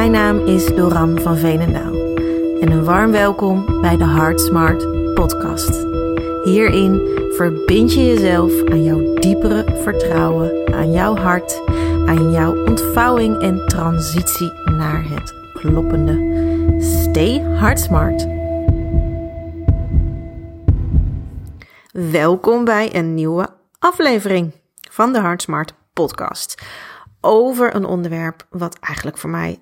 Mijn naam is Doran van Veenendaal en een warm welkom bij de Heart Smart podcast. Hierin verbind je jezelf aan jouw diepere vertrouwen, aan jouw hart, aan jouw ontvouwing en transitie naar het kloppende. Stay Heart Smart. Welkom bij een nieuwe aflevering van de Heart Smart podcast. Over een onderwerp wat eigenlijk voor mij,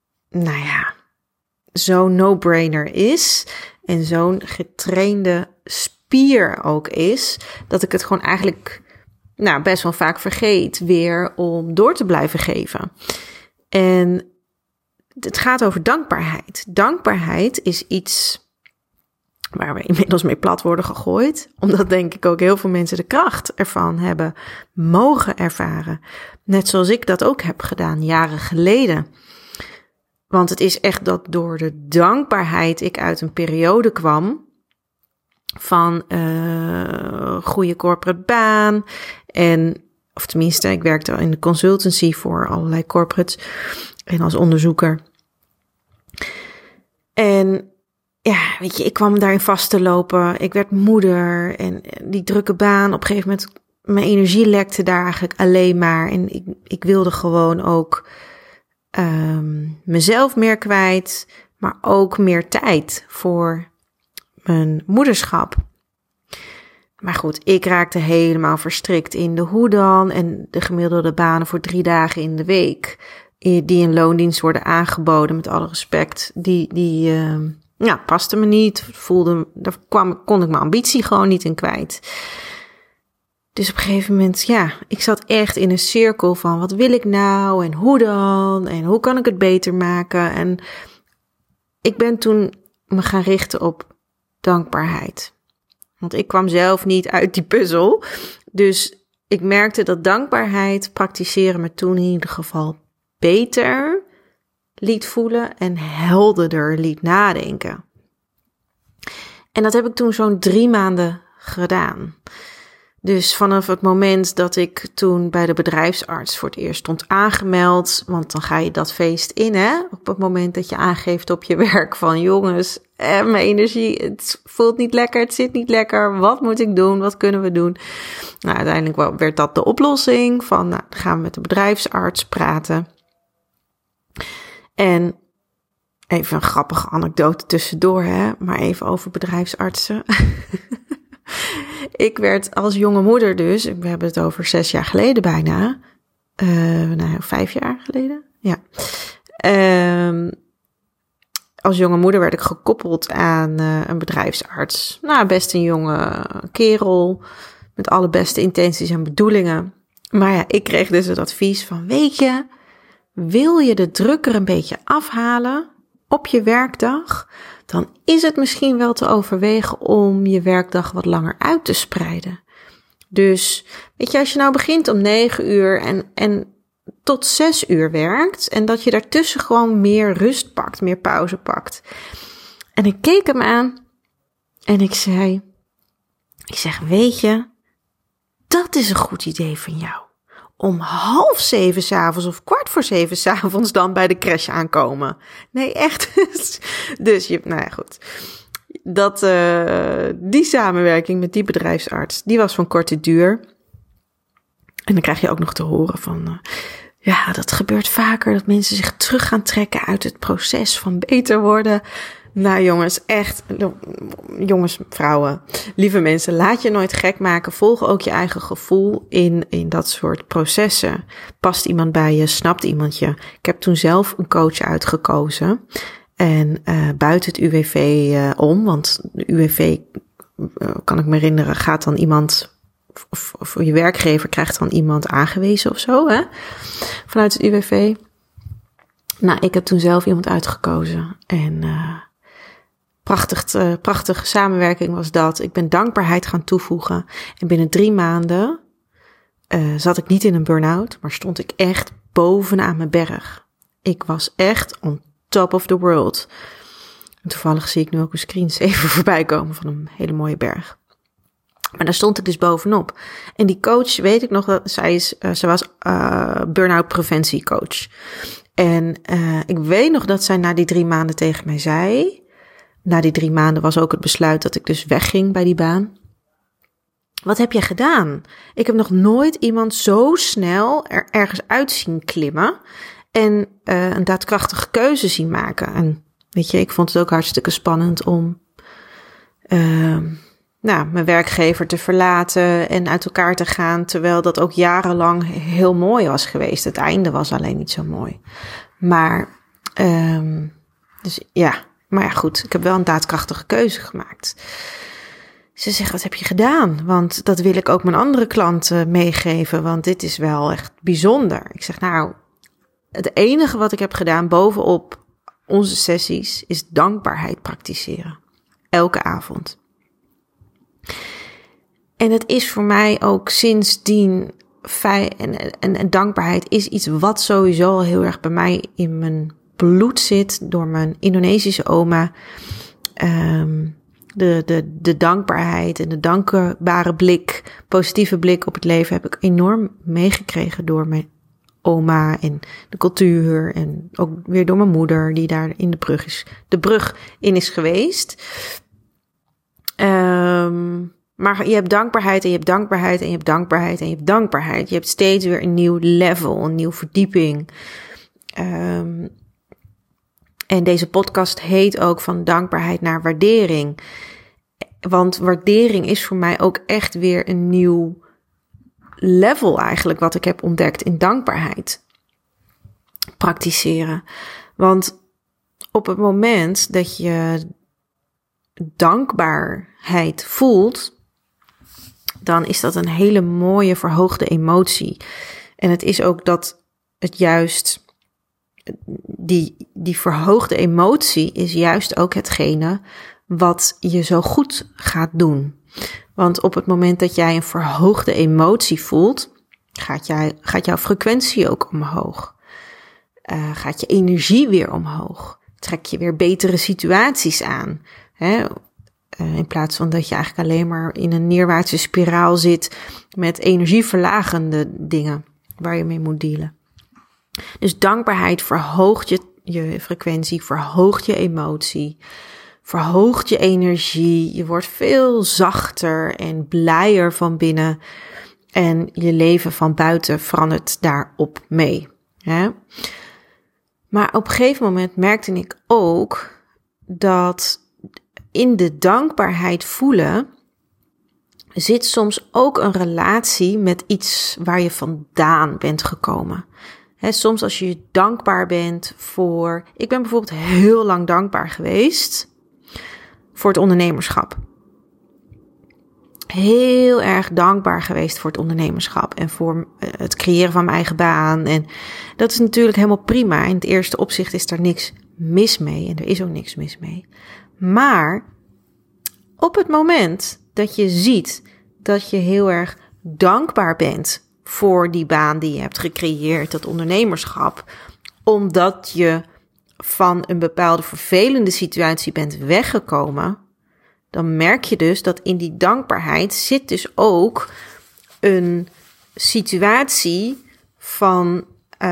zo'n no-brainer is. En zo'n getrainde spier ook is. Dat ik het gewoon eigenlijk best wel vaak vergeet weer om door te blijven geven. En het gaat over dankbaarheid. Dankbaarheid is iets waar we inmiddels mee plat worden gegooid. Omdat denk ik ook heel veel mensen de kracht ervan hebben mogen ervaren. Net zoals ik dat ook heb gedaan jaren geleden. Want het is echt dat door de dankbaarheid ik uit een periode kwam van goede corporate baan. Of tenminste, ik werkte in de consultancy voor allerlei corporates en als onderzoeker. En ja, weet je, ik kwam daarin vast te lopen. Ik werd moeder en die drukke baan. Op een gegeven moment, mijn energie lekte daar eigenlijk alleen maar. En ik wilde gewoon ook mezelf meer kwijt, maar ook meer tijd voor mijn moederschap. Maar goed, ik raakte helemaal verstrikt in de hoe dan en de gemiddelde banen voor 3 dagen in de week. Die in loondienst worden aangeboden, met alle respect. Die paste me niet. Kon ik mijn ambitie gewoon niet in kwijt. Dus op een gegeven moment, ik zat echt in een cirkel van wat wil ik nou en hoe dan en hoe kan ik het beter maken. En ik ben toen me gaan richten op dankbaarheid. Want ik kwam zelf niet uit die puzzel. Dus ik merkte dat dankbaarheid praktiseren me toen in ieder geval beter liet voelen en helderder liet nadenken. En dat heb ik toen zo'n 3 maanden gedaan. Dus vanaf het moment dat ik toen bij de bedrijfsarts voor het eerst stond aangemeld, want dan ga je dat feest in, hè? Op het moment dat je aangeeft op je werk van jongens, mijn energie, het voelt niet lekker, het zit niet lekker, wat moet ik doen, wat kunnen we doen? Nou, uiteindelijk werd dat de oplossing van, dan gaan we met de bedrijfsarts praten. En even een grappige anekdote tussendoor, hè? Maar even over bedrijfsartsen. Ik werd als jonge moeder dus, we hebben het over 6 jaar geleden bijna, 5 jaar geleden, ja. Als jonge moeder werd ik gekoppeld aan een bedrijfsarts. Best een jonge kerel, met alle beste intenties en bedoelingen. Maar ja, ik kreeg dus het advies van, weet je, wil je de druk er een beetje afhalen op je werkdag, dan is het misschien wel te overwegen om je werkdag wat langer uit te spreiden. Dus, weet je, als je nou begint om 9 uur en tot 6 uur werkt en dat je daartussen gewoon meer rust pakt, meer pauze pakt. En ik keek hem aan en ik zeg, weet je, dat is een goed idee van jou. Om 6:30 s'avonds of 6:15 s'avonds dan bij de crash aankomen. Nee, echt. Dus goed. Die samenwerking met die bedrijfsarts, die was van korte duur. En dan krijg je ook nog te horen van, dat gebeurt vaker, dat mensen zich terug gaan trekken uit het proces van beter worden. Nou jongens, echt, jongens, vrouwen, lieve mensen, laat je nooit gek maken. Volg ook je eigen gevoel in dat soort processen. Past iemand bij je, snapt iemand je? Ik heb toen zelf een coach uitgekozen. En buiten het UWV want de UWV, kan ik me herinneren, gaat dan iemand, of je werkgever krijgt dan iemand aangewezen of zo, hè? Vanuit het UWV. Ik heb toen zelf iemand uitgekozen en prachtige samenwerking was dat. Ik ben dankbaarheid gaan toevoegen. En binnen 3 maanden zat ik niet in een burn-out, maar stond ik echt bovenaan mijn berg. Ik was echt on top of the world. En toevallig zie ik nu ook een screensaver voorbij komen van een hele mooie berg. Maar daar stond ik dus bovenop. En die coach, weet ik nog, dat ze was burn-out preventiecoach. En ik weet nog dat zij na die 3 maanden tegen mij zei. Na die 3 maanden was ook het besluit dat ik dus wegging bij die baan. Wat heb je gedaan? Ik heb nog nooit iemand zo snel ergens uit zien klimmen. En een daadkrachtige keuze zien maken. En weet je, ik vond het ook hartstikke spannend om mijn werkgever te verlaten en uit elkaar te gaan. Terwijl dat ook jarenlang heel mooi was geweest. Het einde was alleen niet zo mooi. Maar goed, ik heb wel een daadkrachtige keuze gemaakt. Ze zegt, wat heb je gedaan? Want dat wil ik ook mijn andere klanten meegeven, want dit is wel echt bijzonder. Ik zeg, nou, het enige wat ik heb gedaan bovenop onze sessies is dankbaarheid praktiseren. Elke avond. En het is voor mij ook sindsdien en dankbaarheid is iets wat sowieso al heel erg bij mij in mijn bloed zit door mijn Indonesische oma. De dankbaarheid en de dankbare blik, positieve blik op het leven heb ik enorm meegekregen door mijn oma en de cultuur en ook weer door mijn moeder die daar in de brug in is geweest. Maar je hebt dankbaarheid en je hebt dankbaarheid en je hebt dankbaarheid en je hebt dankbaarheid. Je hebt steeds weer een nieuw level, een nieuwe verdieping. En deze podcast heet ook van dankbaarheid naar waardering. Want waardering is voor mij ook echt weer een nieuw level eigenlijk wat ik heb ontdekt in dankbaarheid. Praktiseren. Want op het moment dat je dankbaarheid voelt, dan is dat een hele mooie verhoogde emotie. En het is ook dat het juist, die verhoogde emotie is juist ook hetgene wat je zo goed gaat doen. Want op het moment dat jij een verhoogde emotie voelt, gaat jouw frequentie ook omhoog. Gaat je energie weer omhoog. Trek je weer betere situaties aan. Hè? In plaats van dat je eigenlijk alleen maar in een neerwaartse spiraal zit met energieverlagende dingen waar je mee moet dealen. Dus dankbaarheid verhoogt je frequentie, verhoogt je emotie, verhoogt je energie. Je wordt veel zachter en blijer van binnen en je leven van buiten verandert daarop mee. Hè? Maar op een gegeven moment merkte ik ook dat in de dankbaarheid voelen zit soms ook een relatie met iets waar je vandaan bent gekomen. Soms als je dankbaar bent voor... Ik ben bijvoorbeeld heel lang dankbaar geweest voor het ondernemerschap. Heel erg dankbaar geweest voor het ondernemerschap en voor het creëren van mijn eigen baan. En dat is natuurlijk helemaal prima. In het eerste opzicht is daar niks mis mee en er is ook niks mis mee. Maar op het moment dat je ziet dat je heel erg dankbaar bent voor die baan die je hebt gecreëerd, dat ondernemerschap, omdat je van een bepaalde vervelende situatie bent weggekomen, dan merk je dus dat in die dankbaarheid zit dus ook een situatie van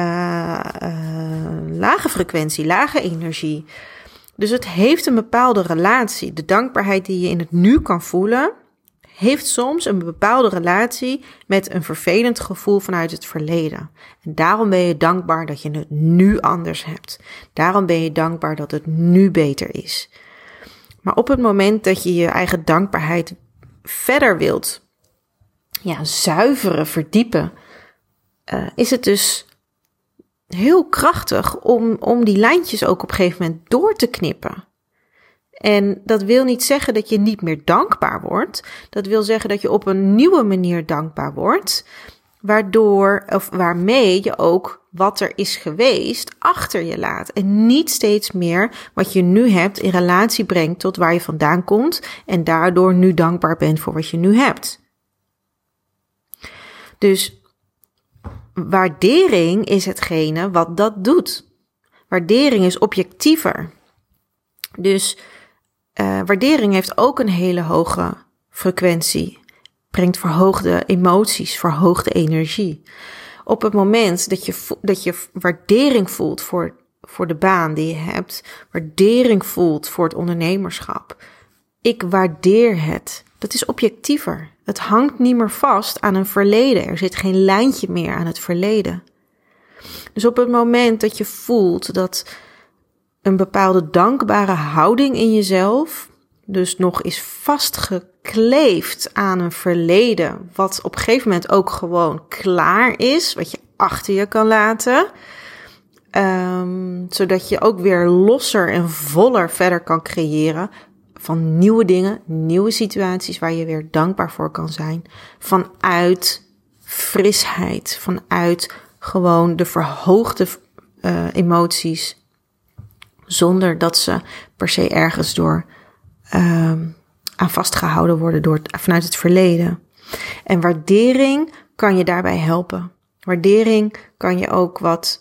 lage frequentie, lage energie. Dus het heeft een bepaalde relatie. De dankbaarheid die je in het nu kan voelen, heeft soms een bepaalde relatie met een vervelend gevoel vanuit het verleden. En daarom ben je dankbaar dat je het nu anders hebt. Daarom ben je dankbaar dat het nu beter is. Maar op het moment dat je je eigen dankbaarheid verder wilt zuiveren, verdiepen, is het dus heel krachtig om die lijntjes ook op een gegeven moment door te knippen. En dat wil niet zeggen dat je niet meer dankbaar wordt. Dat wil zeggen dat je op een nieuwe manier dankbaar wordt, waarmee je ook wat er is geweest achter je laat. En niet steeds meer wat je nu hebt in relatie brengt tot waar je vandaan komt en daardoor nu dankbaar bent voor wat je nu hebt. Dus waardering is hetgene wat dat doet. Waardering is objectiever. Dus waardering heeft ook een hele hoge frequentie. brengt verhoogde emoties, verhoogde energie. Op het moment dat je waardering voelt voor de baan die je hebt, waardering voelt voor het ondernemerschap. Ik waardeer het. Dat is objectiever. Het hangt niet meer vast aan een verleden. Er zit geen lijntje meer aan het verleden. Dus op het moment dat je voelt dat een bepaalde dankbare houding in jezelf dus nog is vastgekleefd aan een verleden, wat op een gegeven moment ook gewoon klaar is, wat je achter je kan laten, zodat je ook weer losser en voller verder kan creëren van nieuwe dingen, nieuwe situaties waar je weer dankbaar voor kan zijn, vanuit frisheid, vanuit gewoon de verhoogde emoties, zonder dat ze per se ergens door aan vastgehouden worden vanuit het verleden. En waardering kan je daarbij helpen. Waardering kan je ook wat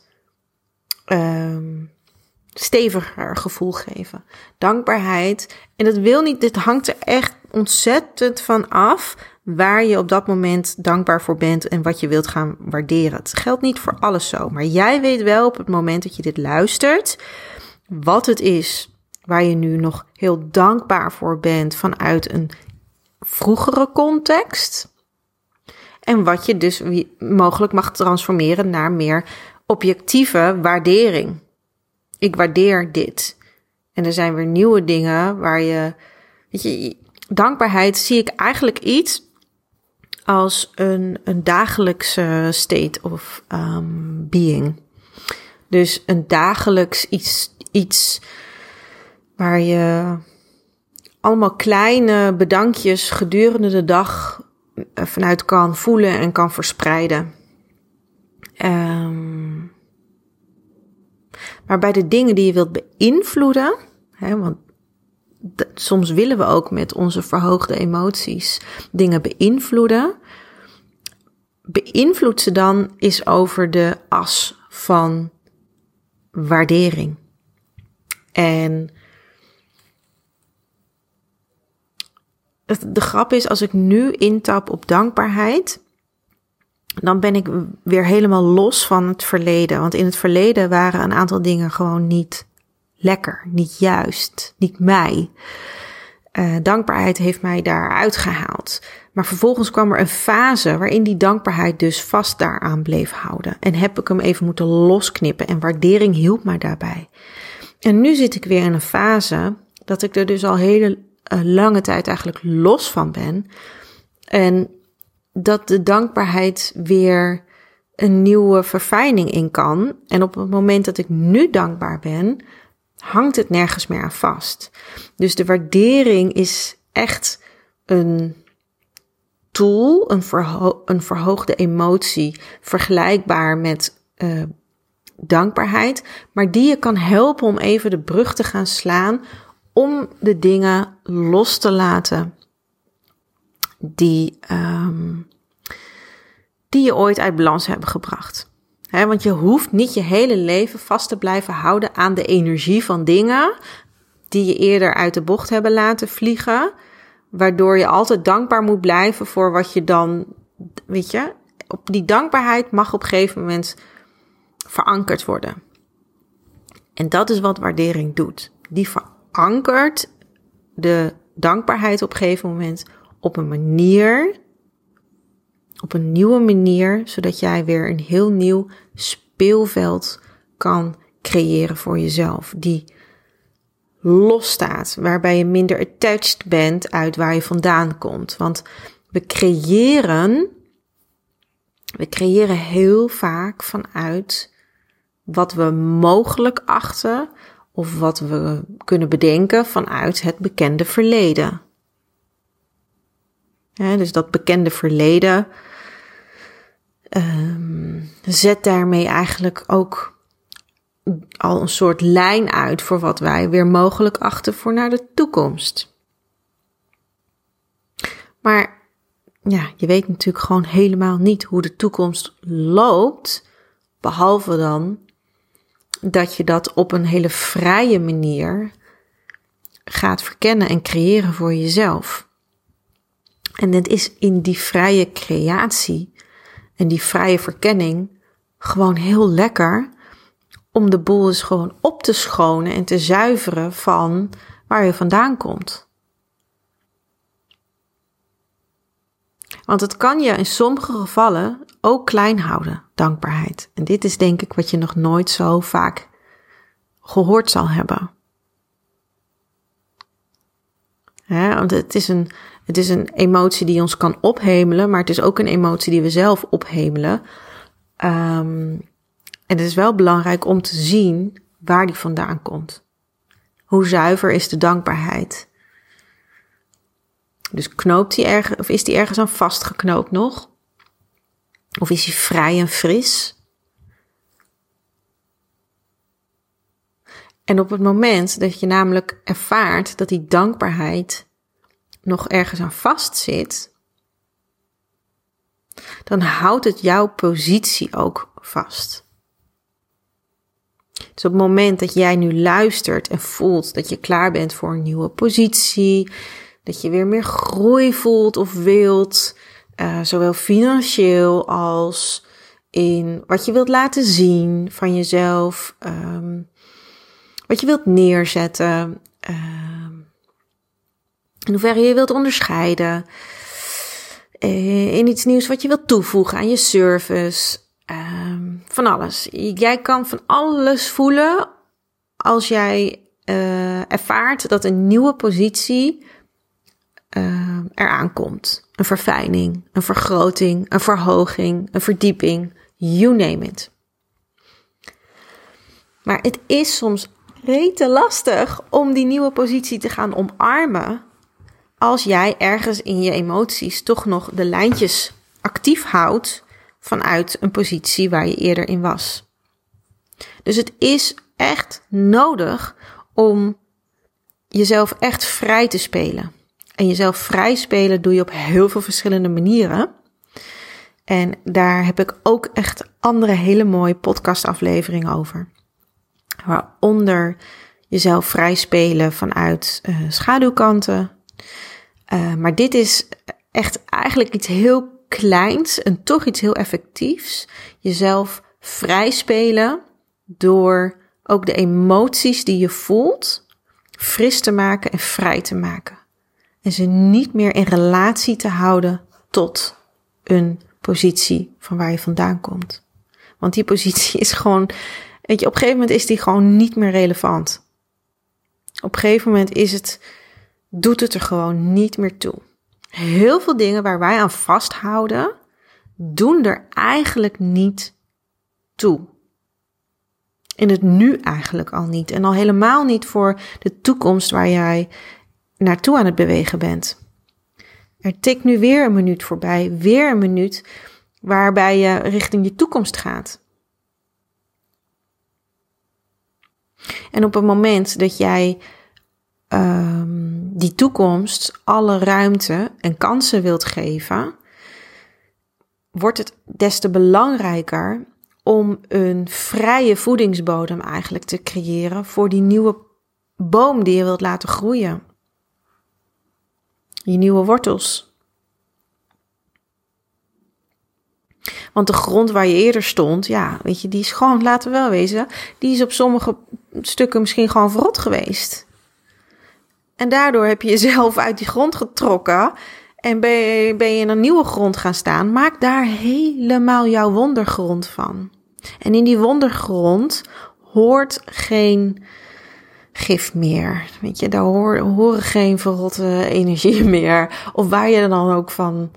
steviger gevoel geven. Dankbaarheid. En dat wil niet, dit hangt er echt ontzettend van af waar je op dat moment dankbaar voor bent en wat je wilt gaan waarderen. Het geldt niet voor alles zo, maar jij weet wel op het moment dat je dit luistert wat het is waar je nu nog heel dankbaar voor bent vanuit een vroegere context. En wat je dus mogelijk mag transformeren naar meer objectieve waardering. Ik waardeer dit. En er zijn weer nieuwe dingen waar je... Weet je, dankbaarheid zie ik eigenlijk iets als een dagelijkse state of being. Dus een dagelijks iets waar je allemaal kleine bedankjes gedurende de dag vanuit kan voelen en kan verspreiden. Maar bij de dingen die je wilt beïnvloeden, want soms willen we ook met onze verhoogde emoties dingen beïnvloeden. Beïnvloed ze dan is over de as van waardering. En de grap is, als ik nu intap op dankbaarheid, dan ben ik weer helemaal los van het verleden. Want in het verleden waren een aantal dingen gewoon niet lekker, niet juist, niet mij. Dankbaarheid heeft mij daaruit gehaald. Maar vervolgens kwam er een fase waarin die dankbaarheid dus vast daaraan bleef houden. En heb ik hem even moeten losknippen en waardering hielp mij daarbij. En nu zit ik weer in een fase dat ik er dus al hele lange tijd eigenlijk los van ben. En dat de dankbaarheid weer een nieuwe verfijning in kan. En op het moment dat ik nu dankbaar ben, hangt het nergens meer aan vast. Dus de waardering is echt een tool, een verhoogde emotie, vergelijkbaar met dankbaarheid, maar die je kan helpen om even de brug te gaan slaan, om de dingen los te laten die je ooit uit balans hebben gebracht. Want je hoeft niet je hele leven vast te blijven houden aan de energie van dingen die je eerder uit de bocht hebben laten vliegen, waardoor je altijd dankbaar moet blijven voor wat je dan, weet je, op die dankbaarheid mag op een gegeven moment verankerd worden. En dat is wat waardering doet. Die verankert de dankbaarheid op een gegeven moment op een manier, op een nieuwe manier, zodat jij weer een heel nieuw speelveld kan creëren voor jezelf, die losstaat, waarbij je minder attached bent uit waar je vandaan komt. Want we creëren heel vaak vanuit wat we mogelijk achten of wat we kunnen bedenken vanuit het bekende verleden. Dus dat bekende verleden zet daarmee eigenlijk ook al een soort lijn uit voor wat wij weer mogelijk achten voor naar de toekomst. Maar ja, je weet natuurlijk gewoon helemaal niet hoe de toekomst loopt, behalve dan dat je dat op een hele vrije manier gaat verkennen en creëren voor jezelf. En het is in die vrije creatie en die vrije verkenning gewoon heel lekker om de boel eens gewoon op te schonen en te zuiveren van waar je vandaan komt. Want het kan je in sommige gevallen ook klein houden, dankbaarheid. En dit is denk ik wat je nog nooit zo vaak gehoord zal hebben. Want het is een emotie die ons kan ophemelen, maar het is ook een emotie die we zelf ophemelen. En het is wel belangrijk om te zien waar die vandaan komt. Hoe zuiver is de dankbaarheid? Dus is die ergens aan vastgeknoopt nog? Of is hij vrij en fris? En op het moment dat je namelijk ervaart dat die dankbaarheid nog ergens aan vastzit, dan houdt het jouw positie ook vast. Dus op het moment dat jij nu luistert en voelt dat je klaar bent voor een nieuwe positie, dat je weer meer groei voelt of wilt, zowel financieel als in wat je wilt laten zien van jezelf, wat je wilt neerzetten, in hoeverre je wilt onderscheiden, in iets nieuws wat je wilt toevoegen aan je service, van alles. Jij kan van alles voelen als jij ervaart dat een nieuwe positie eraan komt. Een verfijning, een vergroting, een verhoging, een verdieping, you name it. Maar het is soms rete lastig om die nieuwe positie te gaan omarmen als jij ergens in je emoties toch nog de lijntjes actief houdt vanuit een positie waar je eerder in was. Dus het is echt nodig om jezelf echt vrij te spelen. En jezelf vrij spelen doe je op heel veel verschillende manieren. En daar heb ik ook echt andere hele mooie podcastafleveringen over. Waaronder jezelf vrij spelen vanuit schaduwkanten. Maar dit is echt eigenlijk iets heel kleins en toch iets heel effectiefs. Jezelf vrij spelen door ook de emoties die je voelt fris te maken en vrij te maken. En ze niet meer in relatie te houden tot een positie van waar je vandaan komt. Want die positie is gewoon, weet je, op een gegeven moment is die gewoon niet meer relevant. Op een gegeven moment doet het er gewoon niet meer toe. Heel veel dingen waar wij aan vasthouden, doen er eigenlijk niet toe. In het nu eigenlijk al niet. En al helemaal niet voor de toekomst waar jij naartoe aan het bewegen bent. Er tikt nu weer een minuut voorbij. Weer een minuut waarbij je richting je toekomst gaat. En op het moment dat jij die toekomst alle ruimte en kansen wilt geven, wordt het des te belangrijker om een vrije voedingsbodem eigenlijk te creëren voor die nieuwe boom die je wilt laten groeien. Je nieuwe wortels. Want de grond waar je eerder stond, ja, weet je, die is gewoon, laten we wel wezen, die is op sommige stukken misschien gewoon verrot geweest. En daardoor heb je jezelf uit die grond getrokken en ben je in een nieuwe grond gaan staan. Maak daar helemaal jouw wondergrond van. En in die wondergrond hoort geen gif meer. Weet je, daar horen geen verrotte energie meer. Of waar je dan ook van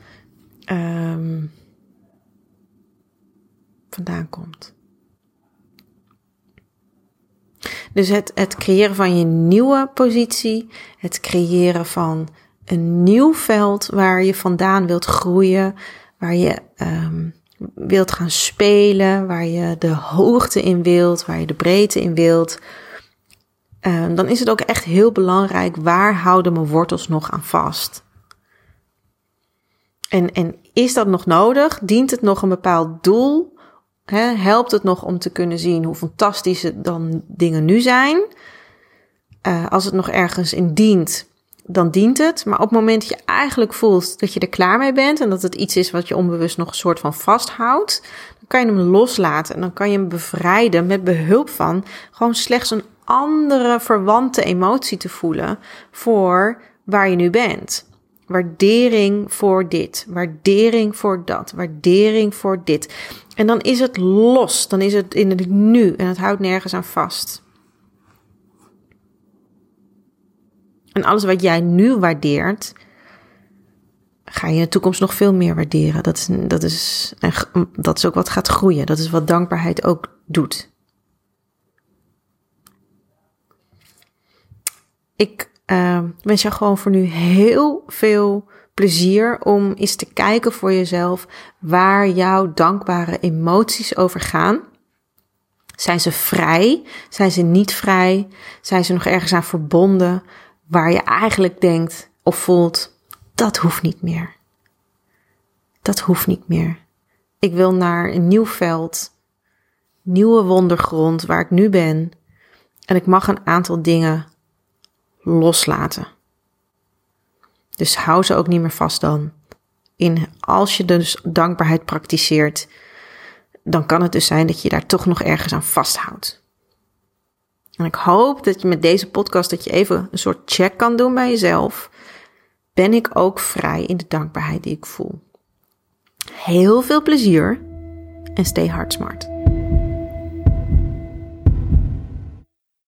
vandaan komt. Dus het creëren van je nieuwe positie, het creëren van een nieuw veld waar je vandaan wilt groeien, waar je wilt gaan spelen, waar je de hoogte in wilt, waar je de breedte in wilt. Dan is het ook echt heel belangrijk, waar houden mijn wortels nog aan vast? En is dat nog nodig? Dient het nog een bepaald doel? Helpt het nog om te kunnen zien hoe fantastisch het dan dingen nu zijn? Als het nog ergens in dient, dan dient het. Maar op het moment dat je eigenlijk voelt dat je er klaar mee bent en dat het iets is wat je onbewust nog een soort van vasthoudt, dan kan je hem loslaten en dan kan je hem bevrijden met behulp van gewoon slechts een andere verwante emotie te voelen voor waar je nu bent. Waardering voor dit, waardering voor dat, waardering voor dit. En dan is het los, dan is het in het nu en het houdt nergens aan vast. En alles wat jij nu waardeert, ga je in de toekomst nog veel meer waarderen. Dat is ook wat gaat groeien. Dat is wat dankbaarheid ook doet. Ik wens jou gewoon voor nu heel veel plezier om eens te kijken voor jezelf waar jouw dankbare emoties over gaan. Zijn ze vrij? Zijn ze niet vrij? Zijn ze nog ergens aan verbonden waar je eigenlijk denkt of voelt, dat hoeft niet meer. Dat hoeft niet meer. Ik wil naar een nieuw veld, nieuwe wondergrond waar ik nu ben. En ik mag een aantal dingen loslaten. Dus hou ze ook niet meer vast dan. Als je dus dankbaarheid praktiseert, dan kan het dus zijn dat je daar toch nog ergens aan vasthoudt. En ik hoop dat je met deze podcast dat je even een soort check kan doen bij jezelf. Ben ik ook vrij in de dankbaarheid die ik voel? Heel veel plezier en stay heart smart.